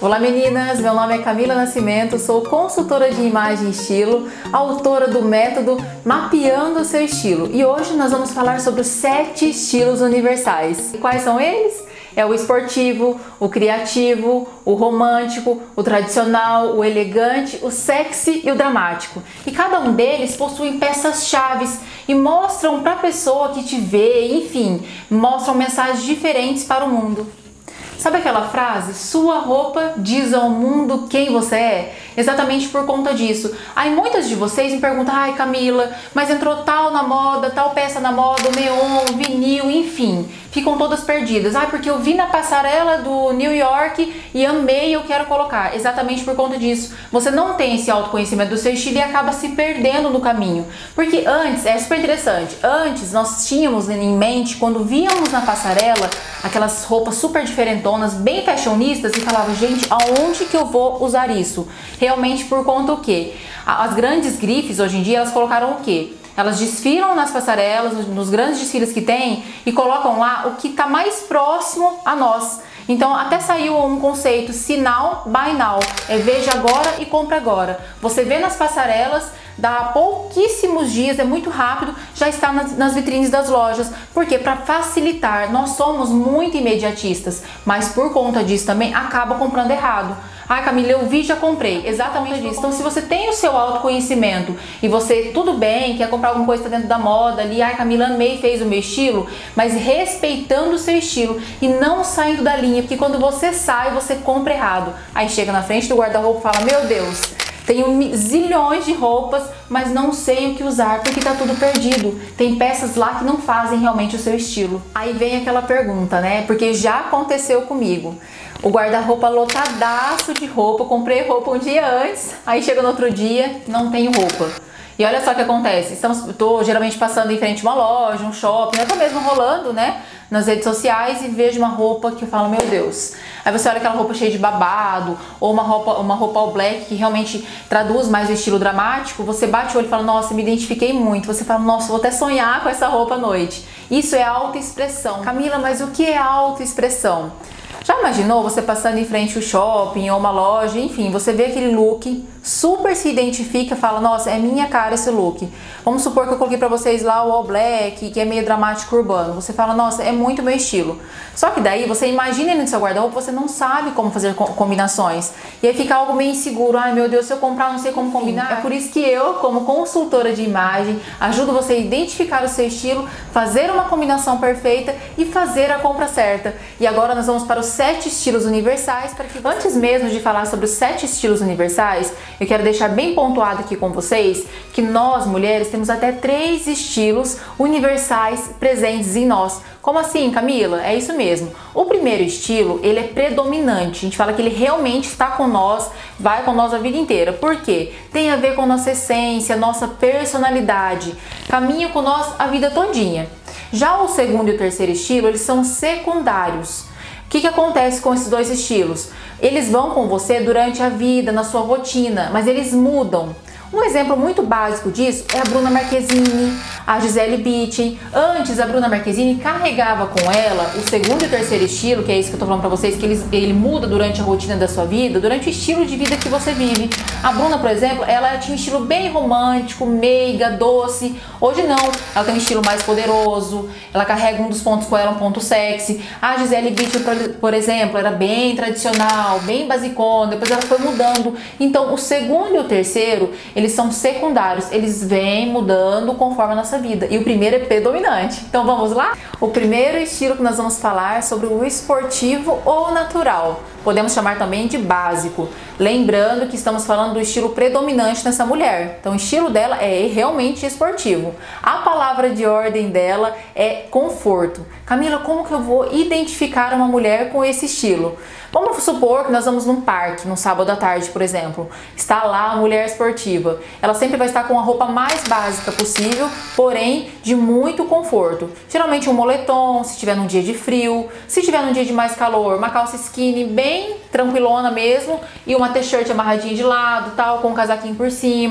Olá meninas, meu nome é Camila Nascimento, sou consultora de imagem e estilo, autora do método Mapeando o Seu Estilo, e hoje nós vamos falar sobre os 7 estilos universais. E quais são eles? É o esportivo, o criativo, o romântico, o tradicional, o elegante, o sexy e o dramático. E cada um deles possui peças-chave e mostram para a pessoa que te vê, enfim, mostram mensagens diferentes para o mundo. Sabe aquela frase? Sua roupa diz ao mundo quem você é? Exatamente por conta disso. Aí muitas de vocês me perguntam: ai Camila, mas entrou tal na moda, tal peça na moda, o neon, o vinil, enfim. Ficam todas perdidas. Ah, porque eu vi na passarela do New York e amei e eu quero colocar. Exatamente por conta disso. Você não tem esse autoconhecimento do seu estilo e acaba se perdendo no caminho. Porque antes, é super interessante, antes nós tínhamos em mente, quando víamos na passarela aquelas roupas super diferentonas, bem fashionistas, e falava, gente, aonde que eu vou usar isso? Realmente por conta do quê? As grandes grifes hoje em dia, elas colocaram o quê? Elas desfilam nas passarelas, nos grandes desfiles que tem, e colocam lá o que está mais próximo a nós. Então até saiu um conceito, sinal buy now, é veja agora e compra agora. Você vê nas passarelas, dá pouquíssimos dias, é muito rápido, já está nas vitrines das lojas. Por quê? Para facilitar. Nós somos muito imediatistas, mas por conta disso também acaba comprando errado. Ah, Camila, eu vi, já comprei. Exatamente disso. Então, se você tem o seu autoconhecimento e você, tudo bem, quer comprar alguma coisa dentro da moda ali, ai Camila, amei, fez o meu estilo, mas respeitando o seu estilo e não saindo da linha, porque quando você sai, você compra errado. Aí chega na frente do guarda-roupa e fala, meu Deus, tenho zilhões de roupas, mas não sei o que usar porque tá tudo perdido. Tem peças lá que não fazem realmente o seu estilo. Aí vem aquela pergunta, né? Porque já aconteceu comigo. O guarda-roupa lotadaço de roupa, comprei roupa um dia antes, aí chega no outro dia, não tenho roupa. E olha só o que acontece, tô geralmente passando em frente a uma loja, um shopping, até mesmo rolando, né, nas redes sociais e vejo uma roupa que eu falo, meu Deus. Aí você olha aquela roupa cheia de babado, ou uma roupa all black que realmente traduz mais o estilo dramático, você bate o olho e fala, nossa, me identifiquei muito. Você fala, nossa, vou até sonhar com essa roupa à noite. Isso é autoexpressão. Camila, mas o que é autoexpressão? Já imaginou você passando em frente ao shopping ou uma loja, enfim, você vê aquele look, super se identifica, fala, nossa, é minha cara esse look. Vamos supor que eu coloquei pra vocês lá o all black, que é meio dramático urbano. Você fala, nossa, é muito meu estilo. Só que daí você imagina no seu guarda-roupa, você não sabe como fazer combinações. E aí fica algo meio inseguro, ai meu Deus, se eu comprar não sei como combinar. É por isso que eu, como consultora de imagem, ajudo você a identificar o seu estilo, fazer uma combinação perfeita e fazer a compra certa. E agora nós vamos para os 7 estilos universais. Antes mesmo de falar sobre os 7 estilos universais, eu quero deixar bem pontuado aqui com vocês que nós, mulheres, temos até 3 estilos universais presentes em nós. Como assim, Camila? É isso mesmo. O primeiro estilo, ele é predominante. A gente fala que ele realmente está com nós, vai com nós a vida inteira. Por quê? Tem a ver com nossa essência, nossa personalidade. Caminha com nós a vida todinha. Já o segundo e o terceiro estilo, eles são secundários. O que acontece com esses dois estilos? Eles vão com você durante a vida, na sua rotina, mas eles mudam. Um exemplo muito básico disso é a Bruna Marquezine, a Gisele Bündchen. Antes, a Bruna Marquezine carregava com ela o segundo e o terceiro estilo, que é isso que eu tô falando pra vocês, que ele muda durante a rotina da sua vida, durante o estilo de vida que você vive. A Bruna, por exemplo, ela tinha um estilo bem romântico, meiga, doce. Hoje não, ela tem um estilo mais poderoso, ela carrega um dos pontos com ela, um ponto sexy. A Gisele Bündchen, por exemplo, era bem tradicional, bem basicona, depois ela foi mudando. Então, o segundo e o terceiro, eles são secundários, eles vêm mudando conforme a nossa vida. E o primeiro é predominante. Então vamos lá? O primeiro estilo que nós vamos falar é sobre o esportivo ou natural. Podemos chamar também de básico. Lembrando que estamos falando do estilo predominante nessa mulher. Então o estilo dela é realmente esportivo. A palavra de ordem dela é conforto. Camila, como que eu vou identificar uma mulher com esse estilo? Vamos supor que nós vamos num parque, num sábado à tarde, por exemplo. Está lá a mulher esportiva. Ela sempre vai estar com a roupa mais básica possível, porém de muito conforto. Geralmente um moletom, se tiver num dia de frio. Se tiver num dia de mais calor, uma calça skinny bem tranquilona mesmo e uma t-shirt amarradinha de lado, tal, com um casaquinho por cima.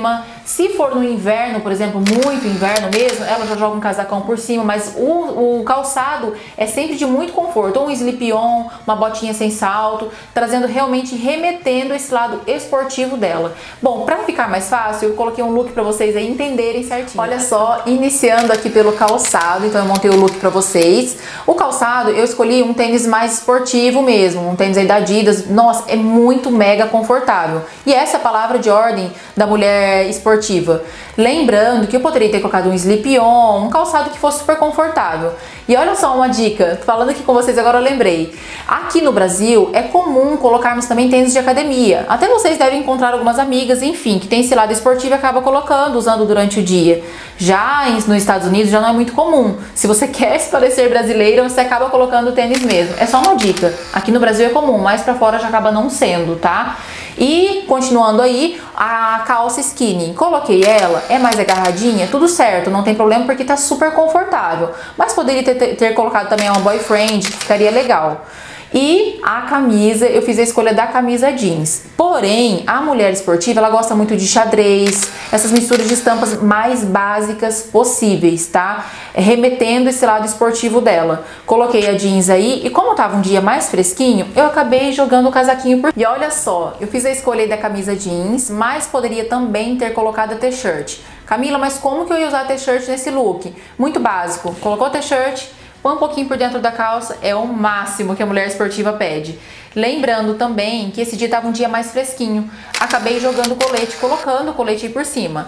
Se for no inverno, por exemplo, muito inverno mesmo, ela já joga um casacão por cima, mas o calçado é sempre de muito conforto, ou um slip-on, uma botinha sem salto, trazendo realmente, remetendo esse lado esportivo dela. Bom, pra ficar mais fácil, eu coloquei um look pra vocês aí entenderem certinho. Olha só, iniciando aqui pelo calçado, então eu montei o look pra vocês. O calçado, eu escolhi um tênis mais esportivo mesmo, um tênis aí da Adidas. Nossa, é muito mega confortável. E essa é a palavra de ordem da mulher esportiva. Lembrando que eu poderia ter colocado um slip-on, um calçado que fosse super confortável. E olha só uma dica, falando aqui com vocês agora eu lembrei. Aqui no Brasil é comum colocarmos também tênis de academia. Até vocês devem encontrar algumas amigas, enfim, que tem esse lado esportivo e acaba colocando, usando durante o dia. Já nos Estados Unidos já não é muito comum. Se você quer se parecer brasileira, você acaba colocando tênis mesmo. É só uma dica. Aqui no Brasil é comum, mas pra fora já acaba não sendo, tá? E continuando aí, a calça skinny, coloquei ela, é mais agarradinha, tudo certo, não tem problema porque tá super confortável. Mas poderia ter colocado também uma boyfriend, que ficaria legal. E a camisa, eu fiz a escolha da camisa jeans. Porém, a mulher esportiva, ela gosta muito de xadrez, essas misturas de estampas mais básicas possíveis, tá? Remetendo esse lado esportivo dela. Coloquei a jeans aí e como tava um dia mais fresquinho, eu acabei jogando o casaquinho por... E olha só, eu fiz a escolha da camisa jeans, mas poderia também ter colocado a t-shirt. Camila, mas como que eu ia usar a t-shirt nesse look? Muito básico. Colocou a t-shirt, põe um pouquinho por dentro da calça, é o máximo que a mulher esportiva pede. Lembrando também que esse dia estava um dia mais fresquinho. Acabei jogando o colete, colocando o colete aí por cima.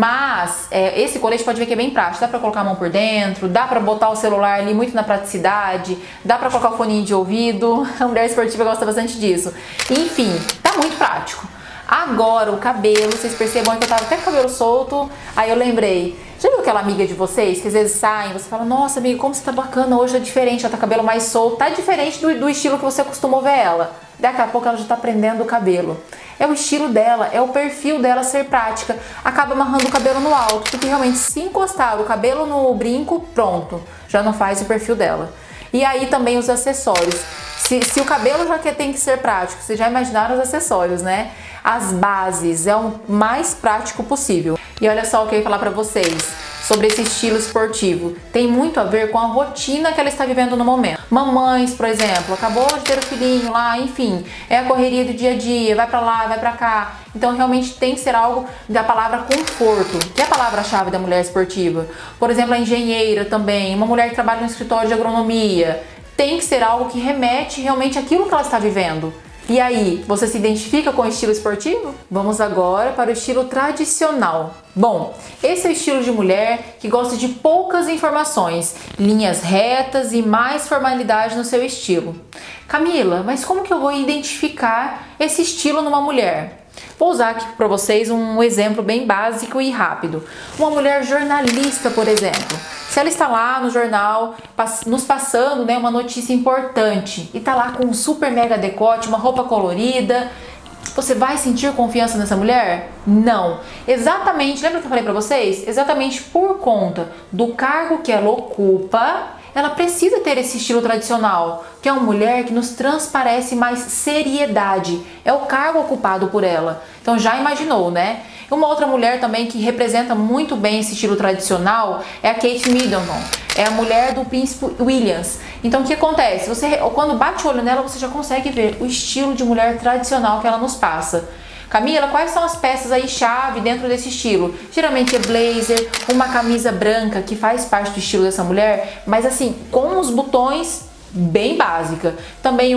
Mas esse colete pode ver que é bem prático. Dá pra colocar a mão por dentro, dá pra botar o celular ali muito na praticidade, dá pra colocar o foninho de ouvido. A mulher esportiva gosta bastante disso. Enfim, tá muito prático. Agora o cabelo, vocês percebam que eu tava até com o cabelo solto, aí eu lembrei, já viu aquela amiga de vocês que às vezes saem, você fala, nossa amiga, como você tá bacana, hoje é diferente, ela tá com o cabelo mais solto, tá diferente do estilo que você acostumou ver ela. Daqui a pouco ela já tá prendendo o cabelo. É o estilo dela, é o perfil dela ser prática, acaba amarrando o cabelo no alto, porque realmente se encostar o cabelo no brinco, pronto, já não faz o perfil dela. E aí também os acessórios. Se o cabelo já tem que ser prático, vocês já imaginaram os acessórios, né? As bases é o mais prático possível. E olha só o que eu ia falar pra vocês sobre esse estilo esportivo. Tem muito a ver com a rotina que ela está vivendo no momento. Mamães, por exemplo, acabou de ter o filhinho lá, enfim, é a correria do dia a dia, vai pra lá, vai pra cá. Então realmente tem que ser algo da palavra conforto, que é a palavra-chave da mulher esportiva. Por exemplo, a engenheira também, uma mulher que trabalha no escritório de agronomia. Tem que ser algo que remete realmente àquilo que ela está vivendo. E aí, você se identifica com o estilo esportivo? Vamos agora para o estilo tradicional. Bom, esse é o estilo de mulher que gosta de poucas informações, linhas retas e mais formalidade no seu estilo. Camila, mas como que eu vou identificar esse estilo numa mulher? Vou usar aqui para vocês um exemplo bem básico e rápido. Uma mulher jornalista, por exemplo. Se ela está lá no jornal, nos passando, né, uma notícia importante e está lá com um super mega decote, uma roupa colorida, você vai sentir confiança nessa mulher? Não. Exatamente, lembra que eu falei para vocês? Exatamente por conta do cargo que ela ocupa, ela precisa ter esse estilo tradicional, que é uma mulher que nos transparece mais seriedade. É o cargo ocupado por ela. Então já imaginou, né? Uma outra mulher também que representa muito bem esse estilo tradicional é a Kate Middleton. É a mulher do príncipe Williams. Então o que acontece? Você, quando bate o olho nela, você já consegue ver o estilo de mulher tradicional que ela nos passa. Camila, quais são as peças aí chave dentro desse estilo? Geralmente é blazer, uma camisa branca que faz parte do estilo dessa mulher, mas assim, com os botões bem básica. Também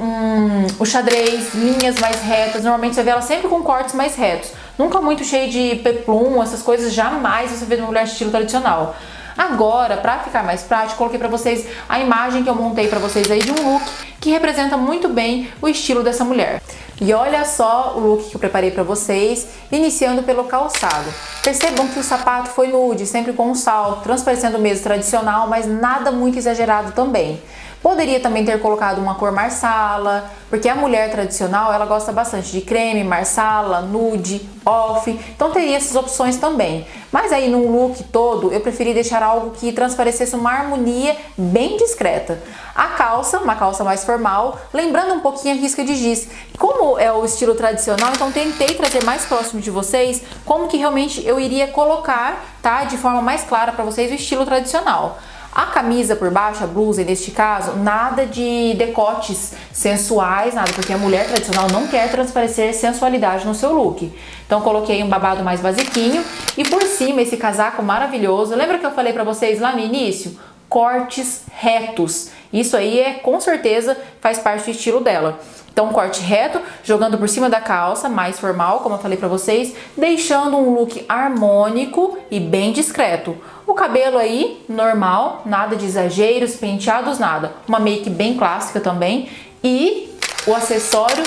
o xadrez, linhas mais retas, normalmente você vê ela sempre com cortes mais retos. Nunca muito cheio de peplum, essas coisas, jamais você vê numa mulher de estilo tradicional. Agora, para ficar mais prático, coloquei para vocês a imagem que eu montei para vocês aí de um look que representa muito bem o estilo dessa mulher. E olha só o look que eu preparei para vocês, iniciando pelo calçado. Percebam que o sapato foi nude, sempre com um salto, transparecendo mesmo tradicional, mas nada muito exagerado também. Poderia também ter colocado uma cor marsala, porque a mulher tradicional, ela gosta bastante de creme, marsala, nude, off, então teria essas opções também. Mas aí num look todo, eu preferi deixar algo que transparecesse uma harmonia bem discreta. A calça, uma calça mais formal, lembrando um pouquinho a risca de giz. Como é o estilo tradicional, então tentei trazer mais próximo de vocês como que realmente eu iria colocar, tá, de forma mais clara para vocês o estilo tradicional. A camisa por baixo, a blusa, neste caso, nada de decotes sensuais, nada, porque a mulher tradicional não quer transparecer sensualidade no seu look. Então coloquei um babado mais basiquinho e por cima esse casaco maravilhoso. Lembra que eu falei pra vocês lá no início? Cortes retos. Isso aí com certeza faz parte do estilo dela. Então um corte reto, jogando por cima da calça, mais formal, como eu falei pra vocês, deixando um look harmônico e bem discreto. O cabelo aí, normal, nada de exageros, penteados, nada. Uma make bem clássica também. E o acessório,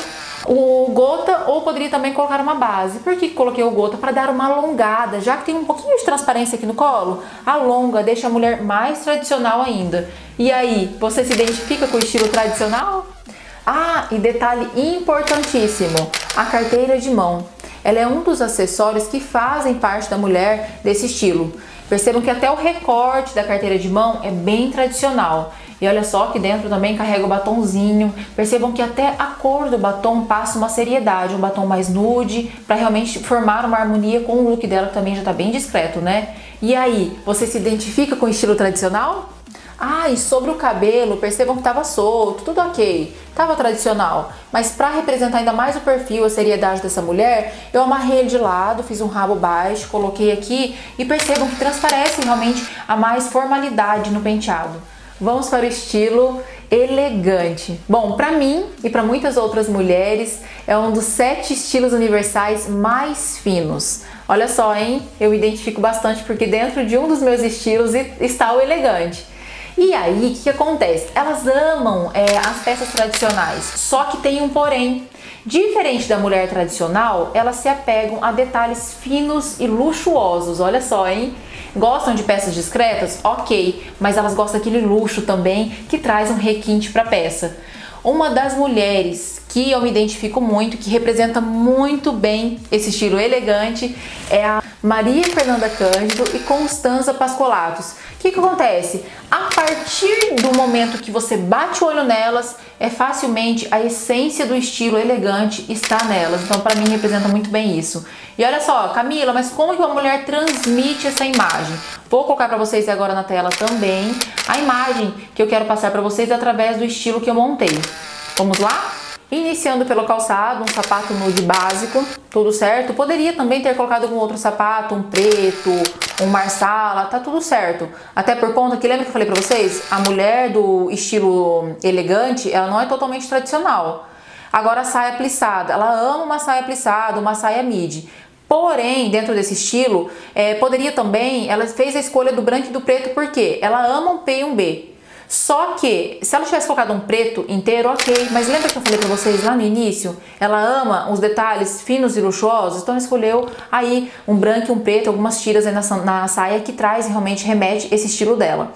o gota, ou poderia também colocar uma base. Por que coloquei o gota? Para dar uma alongada, já que tem um pouquinho de transparência aqui no colo, alonga, deixa a mulher mais tradicional ainda. E aí, você se identifica com o estilo tradicional? Ah, e detalhe importantíssimo, a carteira de mão. Ela é um dos acessórios que fazem parte da mulher desse estilo. Percebam que até o recorte da carteira de mão é bem tradicional. E olha só que dentro também carrega o batonzinho. Percebam que até a cor do batom passa uma seriedade, um batom mais nude, para realmente formar uma harmonia com o look dela, que também já está bem discreto, né? E aí, você se identifica com o estilo tradicional? Ah, e sobre o cabelo, percebam que estava solto, tudo ok, estava tradicional. Mas para representar ainda mais o perfil, a seriedade dessa mulher, eu amarrei ele de lado, fiz um rabo baixo, coloquei aqui e percebam que transparece realmente a mais formalidade no penteado. Vamos para o estilo elegante. Bom, para mim e para muitas outras mulheres, é um dos 7 estilos universais mais finos. Olha só, hein? Eu me identifico bastante porque dentro de um dos meus estilos está o elegante. E aí, o que acontece? Elas amam as peças tradicionais, só que tem um porém. Diferente da mulher tradicional, elas se apegam a detalhes finos e luxuosos, olha só, hein? Gostam de peças discretas? Ok, mas elas gostam daquele luxo também que traz um requinte para a peça. Uma das mulheres que eu me identifico muito, que representa muito bem esse estilo elegante, é a Maria Fernanda Cândido e Constanza Pascolatos. O que acontece? A partir do momento que você bate o olho nelas, facilmente a essência do estilo elegante está nelas. Então, para mim, representa muito bem isso. E olha só, Camila, mas como que uma mulher transmite essa imagem? Vou colocar para vocês agora na tela também a imagem que eu quero passar para vocês através do estilo que eu montei. Vamos lá? Iniciando pelo calçado, um sapato nude básico, tudo certo. Poderia também ter colocado algum outro sapato, um preto, um marsala, tá tudo certo. Até por conta que, lembra que eu falei pra vocês? A mulher do estilo elegante, ela não é totalmente tradicional. Agora a saia plissada, ela ama uma saia plissada, uma saia midi. Porém, dentro desse estilo, poderia também, ela fez a escolha do branco e do preto porque ela ama um P e um B. Só que, se ela tivesse colocado um preto inteiro, ok. Mas lembra que eu falei pra vocês lá no início? Ela ama os detalhes finos e luxuosos, então ela escolheu aí um branco e um preto, algumas tiras aí na saia que traz, realmente remete esse estilo dela.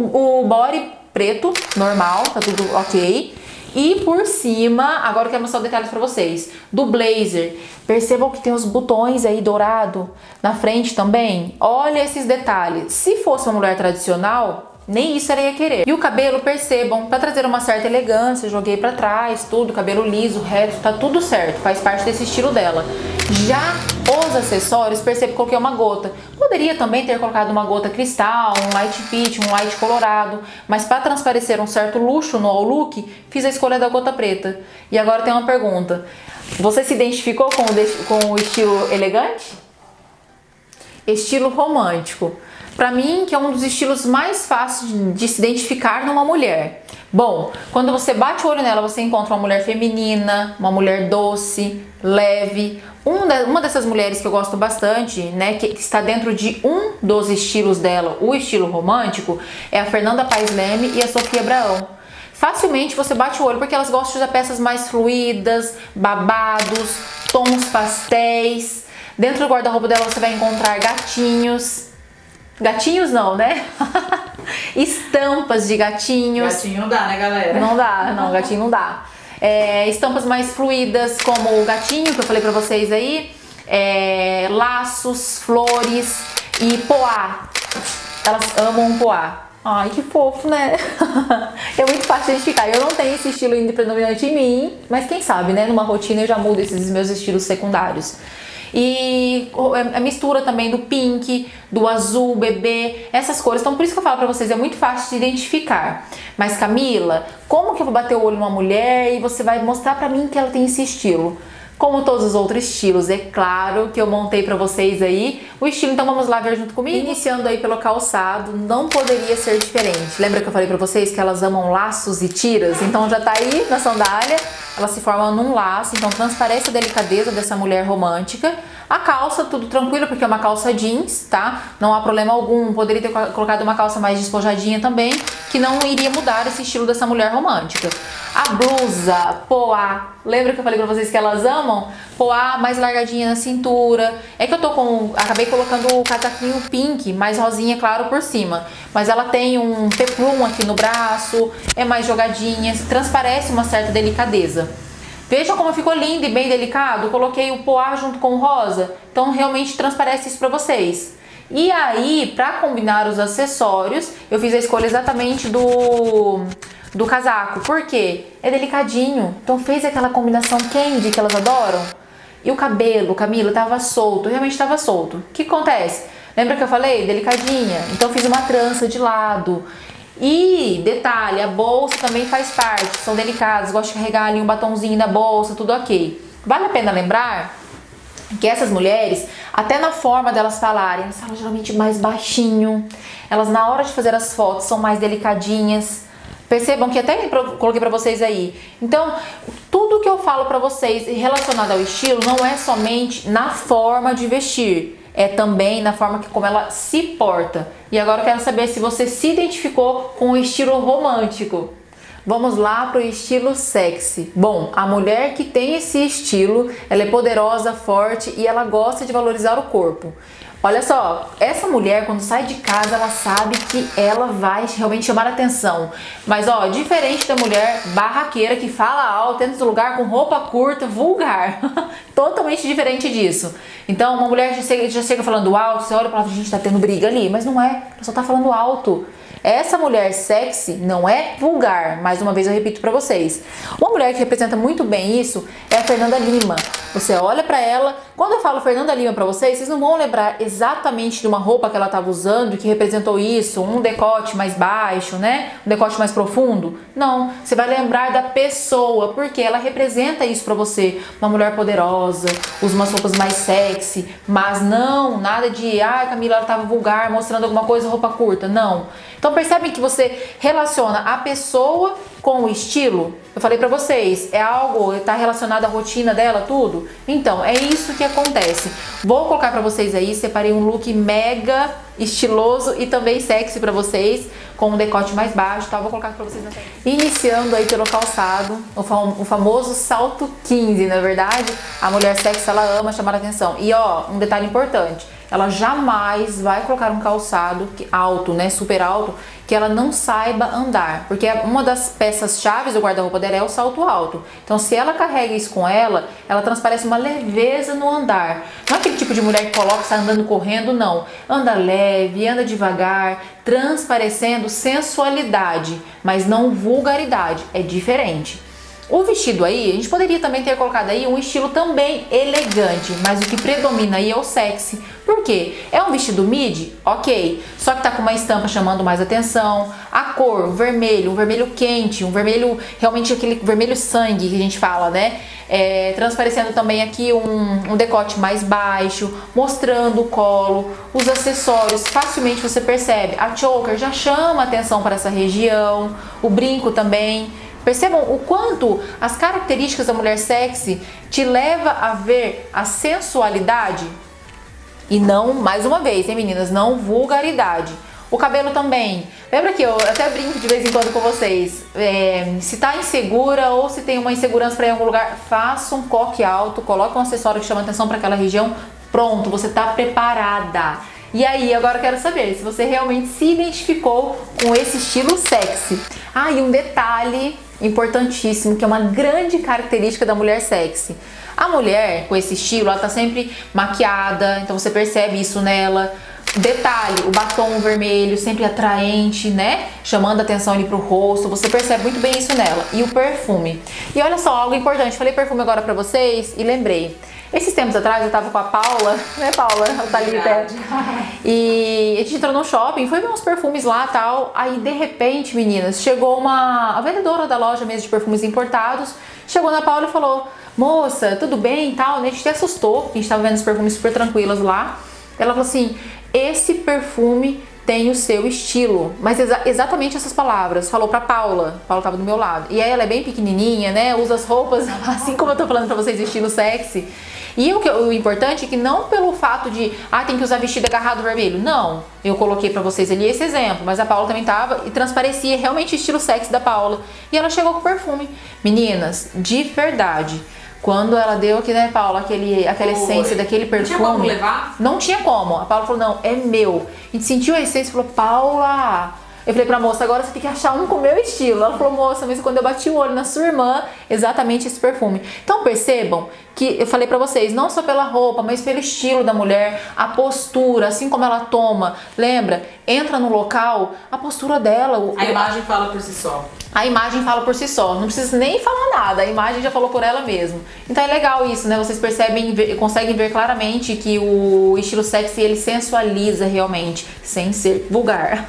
O body preto, normal, tá tudo ok. E por cima, agora eu quero mostrar os detalhes pra vocês, do blazer. Percebam que tem os botões aí dourado na frente também. Olha esses detalhes. Se fosse uma mulher tradicional, nem isso ela ia querer. E o cabelo, percebam, para trazer uma certa elegância, joguei para trás, tudo, cabelo liso, reto, tá tudo certo, faz parte desse estilo dela. Já os acessórios, percebo que coloquei uma gota. Poderia também ter colocado uma gota cristal, um light peach, um light colorado, mas para transparecer um certo luxo no all look, fiz a escolha da gota preta. E agora tem uma pergunta. Você se identificou com o estilo elegante? Estilo romântico. Pra mim, que é um dos estilos mais fáceis de se identificar numa mulher. Bom, quando você bate o olho nela, você encontra uma mulher feminina, uma mulher doce, leve. Uma dessas mulheres que eu gosto bastante, né, que está dentro de um dos estilos dela, o estilo romântico, é a Fernanda Paes Leme e a Sofia Abraão. Facilmente você bate o olho porque elas gostam de usar peças mais fluídas, babados, tons pastéis. Dentro do guarda-roupa dela você vai encontrar gatinhos. Gatinhos não, né? Estampas de gatinhos. Gatinho não dá, né, galera? Não dá, não, gatinho não dá. Estampas mais fluidas, como o gatinho que eu falei pra vocês aí. Laços, flores e poá. Elas amam um poá. Ai, que fofo, né? É muito fácil de identificar. Eu não tenho esse estilo ainda predominante em mim, mas quem sabe, né? Numa rotina eu já mudo esses meus estilos secundários. E a mistura também do pink, do azul, bebê, essas cores. Então por isso que eu falo pra vocês, é muito fácil de identificar. Mas Camila, como que eu vou bater o olho numa mulher e você vai mostrar pra mim que ela tem esse estilo? Como todos os outros estilos, é claro que eu montei pra vocês aí o estilo, então vamos lá ver junto comigo? Iniciando aí pelo calçado, não poderia ser diferente. Lembra que eu falei pra vocês que elas amam laços e tiras? Então já tá aí na sandália, ela se forma num laço, então transparece a delicadeza dessa mulher romântica. A calça, tudo tranquilo, porque é uma calça jeans, tá? Não há problema algum, poderia ter colocado uma calça mais despojadinha também, que não iria mudar esse estilo dessa mulher romântica. A blusa, poá, lembra que eu falei pra vocês que elas amam? Poá mais largadinha na cintura. É que eu acabei colocando o casaquinho pink, mais rosinha, claro, por cima. Mas ela tem um peplum aqui no braço, é mais jogadinha, transparece uma certa delicadeza. Vejam como ficou lindo e bem delicado. Coloquei o poá junto com o rosa, então realmente transparece isso pra vocês. E aí, pra combinar os acessórios, eu fiz a escolha exatamente do casaco. Por quê? É delicadinho, então fez aquela combinação candy que elas adoram. E o cabelo, Camila, tava solto, realmente tava solto. O que acontece? Lembra que eu falei? Delicadinha. Então fiz uma trança de lado. E detalhe, a bolsa também faz parte, são delicadas, gosto de carregar ali um batonzinho na bolsa, tudo ok. Vale a pena lembrar que essas mulheres, até na forma delas falarem, elas falam geralmente mais baixinho, elas na hora de fazer as fotos são mais delicadinhas. Percebam que até coloquei pra vocês aí. Então, tudo que eu falo pra vocês relacionado ao estilo não é somente na forma de vestir, é também na forma como ela se porta. E agora eu quero saber se você se identificou com o estilo romântico. Vamos lá pro estilo sexy. Bom, a mulher que tem esse estilo, ela é poderosa, forte e ela gosta de valorizar o corpo. Olha só, essa mulher quando sai de casa, ela sabe que ela vai realmente chamar atenção. Mas ó, diferente da mulher barraqueira que fala alto, entra no lugar com roupa curta, vulgar. Totalmente diferente disso. Então uma mulher já chega falando alto, você olha e fala, gente, tá tendo briga ali. Mas não é, ela só tá falando alto. Essa mulher sexy não é vulgar, mais uma vez eu repito pra vocês. Uma mulher que representa muito bem isso é a Fernanda Lima. Você olha pra ela, quando eu falo Fernanda Lima pra vocês, vocês não vão lembrar exatamente de uma roupa que ela estava usando que representou isso, um decote mais baixo, né? Um decote mais profundo. Não, você vai lembrar da pessoa, porque ela representa isso pra você. Uma mulher poderosa, usa umas roupas mais sexy, mas não, nada de, ai, Camila, ela tava vulgar, mostrando alguma coisa, roupa curta, não. Então percebem que você relaciona a pessoa com o estilo? Eu falei pra vocês, é algo, tá relacionado à rotina dela, tudo? Então, é isso que acontece. Vou colocar pra vocês aí, separei um look mega estiloso e também sexy pra vocês, com um decote mais baixo, tá? Vou colocar pra vocês na tela. Iniciando aí pelo calçado, o famoso salto 15, na verdade, a mulher sexy, ela ama chamar a atenção. E ó, um detalhe importante, ela jamais vai colocar um calçado alto, né, super alto, que ela não saiba andar, porque uma das peças-chave do guarda-roupa dela é o salto alto. Então, se ela carrega isso com ela, ela transparece uma leveza no andar. Não é aquele tipo de mulher que coloca, está andando correndo, não. Anda leve, anda devagar, transparecendo sensualidade, mas não vulgaridade, é diferente. O vestido aí, a gente poderia também ter colocado aí um estilo também elegante, mas o que predomina aí é o sexy. Por quê? É um vestido midi? Ok, só que tá com uma estampa chamando mais atenção. A cor, o vermelho, um vermelho quente, um vermelho, realmente aquele vermelho sangue que a gente fala, né? Transparecendo também aqui um decote mais baixo, mostrando o colo, os acessórios, facilmente você percebe. A choker já chama atenção para essa região, o brinco também. Percebam o quanto as características da mulher sexy te leva a ver a sensualidade e não, mais uma vez, hein, meninas, não vulgaridade. O cabelo também. Lembra que eu até brinco de vez em quando com vocês, se tá insegura ou se tem uma insegurança para ir em algum lugar, faça um coque alto, coloque um acessório que chama atenção para aquela região, pronto, você tá preparada. E aí, agora eu quero saber se você realmente se identificou com esse estilo sexy. Ah, e um detalhe importantíssimo, que é uma grande característica da mulher sexy. A mulher com esse estilo, ela tá sempre maquiada, então você percebe isso nela. Detalhe, o batom vermelho, sempre atraente, né? Chamando a atenção ali pro rosto, você percebe muito bem isso nela. E o perfume. E olha só, algo importante, falei perfume agora pra vocês e lembrei. Esses tempos atrás eu tava com a Paula, né Paula? Ela tá ali até. E a gente entrou num shopping, foi ver uns perfumes lá e tal. Aí de repente, meninas, chegou a vendedora da loja mesmo de perfumes importados, chegou na Paula e falou: moça, tudo bem e tal, né? A gente até assustou, a gente tava vendo os perfumes super tranquilos lá. Ela falou assim: esse perfume tem o seu estilo, mas exatamente essas palavras, falou pra Paula. Paula tava do meu lado, e aí ela é bem pequenininha, né, usa as roupas assim como eu tô falando pra vocês, estilo sexy. E o importante é que não pelo fato de, tem que usar vestido agarrado vermelho, não, eu coloquei pra vocês ali esse exemplo, mas a Paula também tava e transparecia realmente o estilo sexy da Paula, e ela chegou com perfume. Meninas, de verdade, quando ela deu aqui, né, Paula, aquela essência daquele perfume. Não tinha como levar? Não tinha como. A Paula falou: não, é meu. A gente sentiu a essência e falou: Paula. Eu falei pra moça: agora você tem que achar um com o meu estilo. Ela falou: moça, mas quando eu bati o olho na sua irmã, exatamente esse perfume. Então percebam que eu falei pra vocês, não só pela roupa, mas pelo estilo da mulher, a postura, assim como ela toma. Lembra? Entra no local, a postura dela. A imagem fala por si só. A imagem fala por si só, não precisa nem falar nada, a imagem já falou por ela mesma. Então é legal isso, né? Vocês percebem, conseguem ver claramente que o estilo sexy, ele sensualiza realmente, sem ser vulgar.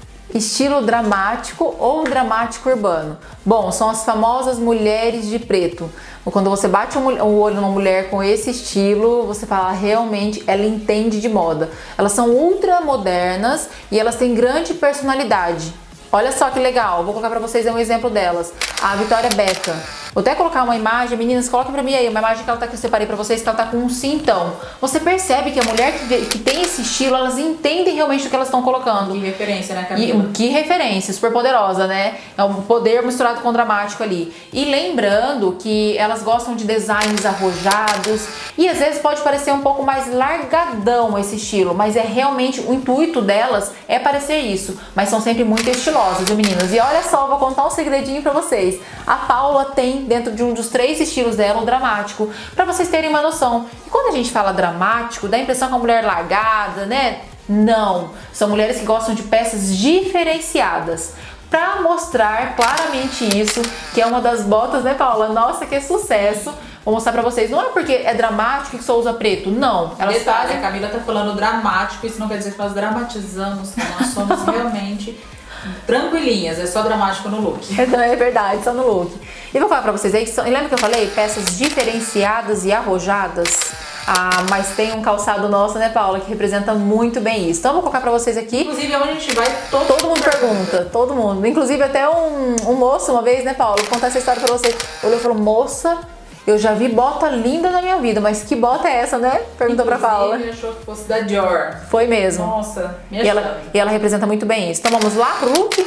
Estilo dramático ou dramático urbano? Bom, são as famosas mulheres de preto. Quando você bate o olho numa mulher com esse estilo, você fala: realmente ela entende de moda. Elas são ultra modernas e elas têm grande personalidade. Olha só que legal, vou colocar pra vocês um exemplo delas. A Victoria Beckham. Vou até colocar uma imagem, meninas, coloquem pra mim aí, uma imagem que ela tá, que eu separei pra vocês, que ela tá com um cintão. Você percebe que a mulher que tem esse estilo, elas entendem realmente o que elas estão colocando. Que referência, né, Camila? Que referência, super poderosa, né? É um poder misturado com dramático ali. E lembrando que elas gostam de designs arrojados e às vezes pode parecer um pouco mais largadão esse estilo, mas é realmente o intuito delas é parecer isso, mas são sempre muito estilosas, viu, meninas? E olha só, vou contar um segredinho pra vocês. A Paula tem dentro de um dos 3 estilos dela o dramático, pra vocês terem uma noção. E quando a gente fala dramático, dá a impressão que é uma mulher largada, né? Não, são mulheres que gostam de peças diferenciadas, pra mostrar claramente isso, que é uma das botas, né, Paula? Nossa, que sucesso! Vou mostrar pra vocês, não é porque é dramático que só usa preto, não. Elas fazem... A Camila tá falando dramático, isso não quer dizer que nós dramatizamos, que nós somos realmente tranquilinhas, é só dramático no look. É verdade, só no look. E vou falar pra vocês aí, lembra que eu falei? Peças diferenciadas e arrojadas. Mas tem um calçado nosso, né, Paula, que representa muito bem isso. Então eu vou colocar pra vocês aqui. Inclusive, onde a gente vai, todo mundo pergunta, todo mundo. Inclusive até um moço uma vez, né, Paula, vou contar essa história pra vocês. Olhou e falou: moça, eu já vi bota linda na minha vida, mas que bota é essa, né? Perguntou pra Paula. Ele achou que fosse da Dior. Foi mesmo. Nossa, e ela representa muito bem isso. Então vamos lá pro look?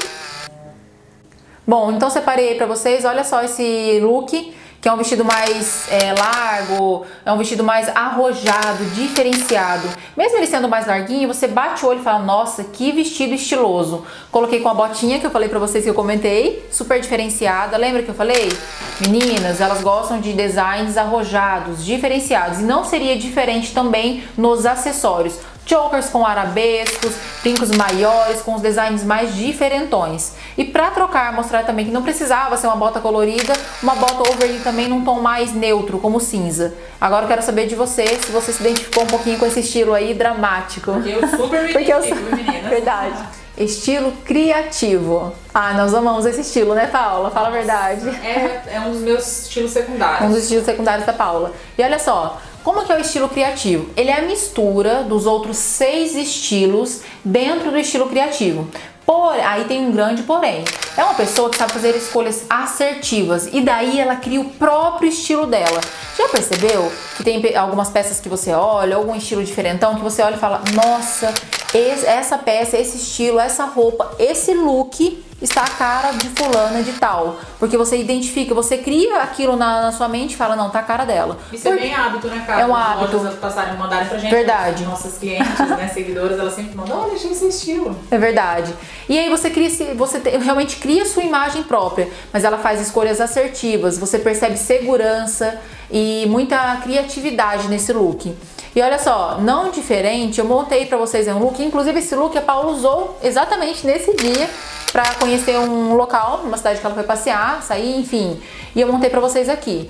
Bom, então separei aí pra vocês, olha só esse look, que é um vestido mais largo, é um vestido mais arrojado, diferenciado. Mesmo ele sendo mais larguinho, você bate o olho e fala: nossa, que vestido estiloso. Coloquei com a botinha que eu falei pra vocês, que eu comentei, super diferenciada. Lembra que eu falei? Meninas, elas gostam de designs arrojados, diferenciados. E não seria diferente também nos acessórios. Chokers com arabescos, brincos maiores, com os designs mais diferentões. E pra trocar, mostrar também que não precisava ser uma bota colorida, uma bota overall também num tom mais neutro, como cinza. Agora eu quero saber de você, se você se identificou um pouquinho com esse estilo aí dramático. Eu super me identifico, meninas. Verdade. Estilo criativo. Nós amamos esse estilo, né, Paula? Fala a verdade. É um dos meus estilos secundários. Um dos estilos secundários da Paula. E olha só, como que é o estilo criativo? Ele é a mistura dos outros 6 estilos dentro do estilo criativo. Aí tem um grande porém. É uma pessoa que sabe fazer escolhas assertivas e daí ela cria o próprio estilo dela. Já percebeu que tem algumas peças que você olha, algum estilo diferentão, que você olha e fala: nossa, essa peça, esse estilo, essa roupa, esse look está a cara de fulana de tal. Porque você identifica, você cria aquilo na sua mente e fala, não, tá a cara dela. Isso é bem hábito, né, cara? É um hábito. As lojas mandarem pra gente. Verdade. Nossas clientes, né, seguidoras, elas sempre mandam, olha, achei esse estilo. É verdade. E aí você cria, realmente cria sua imagem própria, mas ela faz escolhas assertivas, você percebe segurança e muita criatividade nesse look. E olha só, não diferente, eu montei pra vocês um look, inclusive esse look a Paula usou exatamente nesse dia pra conhecer um local, uma cidade que ela foi passear, sair, enfim. E eu montei pra vocês aqui.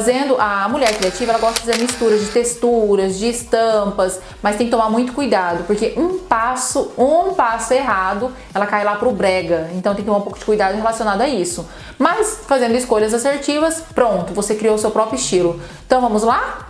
A mulher criativa, ela gosta de fazer misturas de texturas, de estampas, mas tem que tomar muito cuidado, porque um passo errado, ela cai lá pro brega. Então tem que tomar um pouco de cuidado relacionado a isso. Mas fazendo escolhas assertivas, pronto, você criou o seu próprio estilo. Então vamos lá?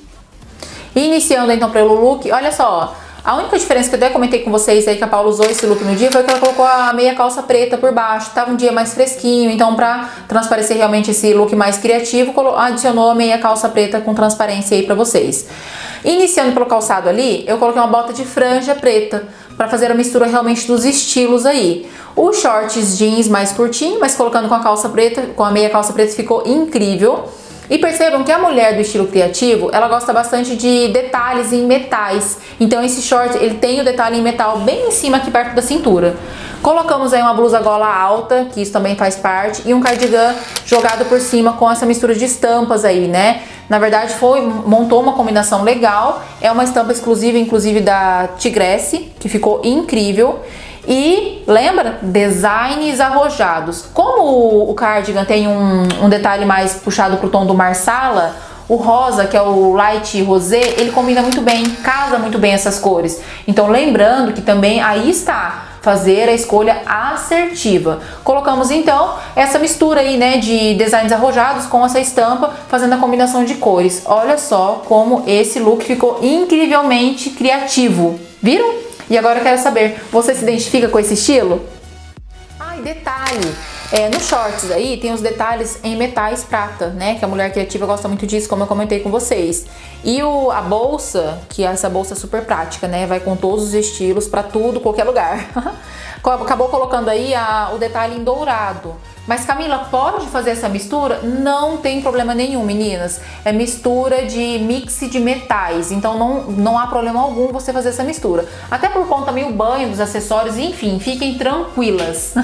Iniciando então pelo look, olha só. A única diferença que eu até comentei com vocês aí que a Paula usou esse look no dia foi que ela colocou a meia calça preta por baixo. Tava um dia mais fresquinho, então pra transparecer realmente esse look mais criativo, adicionou a meia calça preta com transparência aí pra vocês. Iniciando pelo calçado ali, eu coloquei uma bota de franja preta pra fazer a mistura realmente dos estilos aí. Os shorts jeans mais curtinho, mas colocando com a calça preta, com a meia calça preta ficou incrível. E percebam que a mulher do estilo criativo, ela gosta bastante de detalhes em metais. Então esse short, ele tem o detalhe em metal bem em cima aqui perto da cintura. Colocamos aí uma blusa gola alta, que isso também faz parte, e um cardigan jogado por cima com essa mistura de estampas aí, né? Na verdade montou uma combinação legal, é uma estampa exclusiva, inclusive da Tigresse, que ficou incrível. E lembra? Designs arrojados. Como o cardigan tem um detalhe mais puxado pro tom do Marsala, o rosa, que é o light rosé, ele combina muito bem, casa muito bem essas cores. Então lembrando que também aí está, fazer a escolha assertiva. Colocamos então essa mistura aí, né, de designs arrojados com essa estampa, fazendo a combinação de cores. Olha só como esse look ficou incrivelmente criativo. Viram? E agora eu quero saber, você se identifica com esse estilo? Ah, e detalhe, nos shorts aí tem os detalhes em metais prata, né? Que a mulher criativa gosta muito disso, como eu comentei com vocês. E a bolsa, que essa bolsa é super prática, né? Vai com todos os estilos pra tudo, qualquer lugar. Acabou colocando aí o detalhe em dourado. Mas Camila, pode fazer essa mistura? Não tem problema nenhum, meninas. É mistura de mix de metais, então não há problema algum você fazer essa mistura. Até por conta também o banho dos acessórios, enfim, fiquem tranquilas.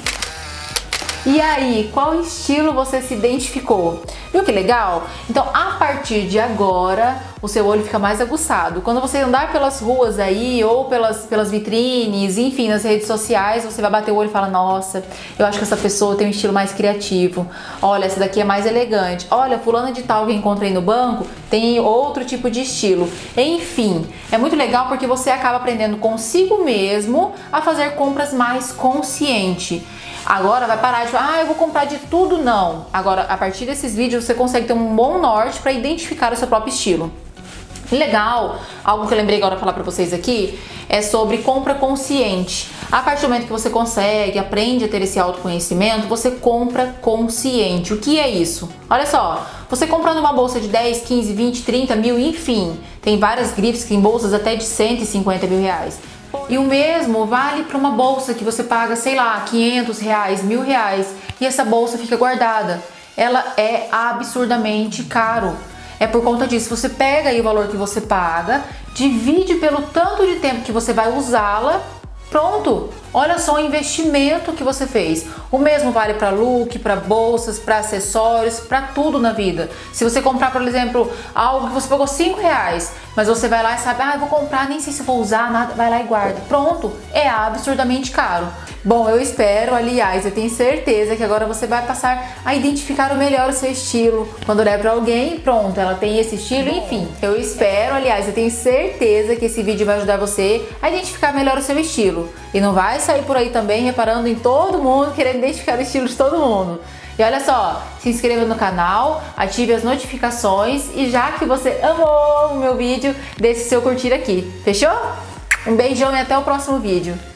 E aí, qual estilo você se identificou? Viu que legal? Então, a partir de agora, o seu olho fica mais aguçado. Quando você andar pelas ruas aí, ou pelas vitrines, enfim, nas redes sociais, você vai bater o olho e falar, nossa, eu acho que essa pessoa tem um estilo mais criativo. Olha, essa daqui é mais elegante. Olha, fulana de tal que encontrei no banco tem outro tipo de estilo. Enfim, é muito legal porque você acaba aprendendo consigo mesmo a fazer compras mais consciente. Agora vai parar de falar, eu vou comprar de tudo, não. Agora, a partir desses vídeos, você consegue ter um bom norte para identificar o seu próprio estilo. Legal, algo que eu lembrei agora falar pra vocês aqui, é sobre compra consciente. A partir do momento que você consegue, aprende a ter esse autoconhecimento, você compra consciente. O que é isso? Olha só, você comprando uma bolsa de 10, 15, 20, 30 mil, enfim, tem várias grifes que tem bolsas até de 150 mil reais. E o mesmo vale para uma bolsa que você paga, sei lá, 500 reais, R$1.000 e essa bolsa fica guardada. Ela é absurdamente caro. É por conta disso, você pega aí o valor que você paga, divide pelo tanto de tempo que você vai usá-la, pronto! Olha só o investimento que você fez. O mesmo vale para look, para bolsas, para acessórios, para tudo na vida. Se você comprar, por exemplo, algo que você pagou R$5, mas você vai lá e sabe, eu vou comprar, nem sei se vou usar, nada, vai lá e guarda. Pronto, é absurdamente caro. Bom, eu espero, aliás, eu tenho certeza que agora você vai passar a identificar melhor o seu estilo. Quando olhar para alguém, pronto, ela tem esse estilo, enfim. Eu espero, aliás, eu tenho certeza que esse vídeo vai ajudar você a identificar melhor o seu estilo. E não vai sair por aí também reparando em todo mundo, querendo identificar o estilo de todo mundo. E olha só, se inscreva no canal, ative as notificações e já que você amou o meu vídeo, deixe seu curtir aqui. Fechou? Um beijão e até o próximo vídeo.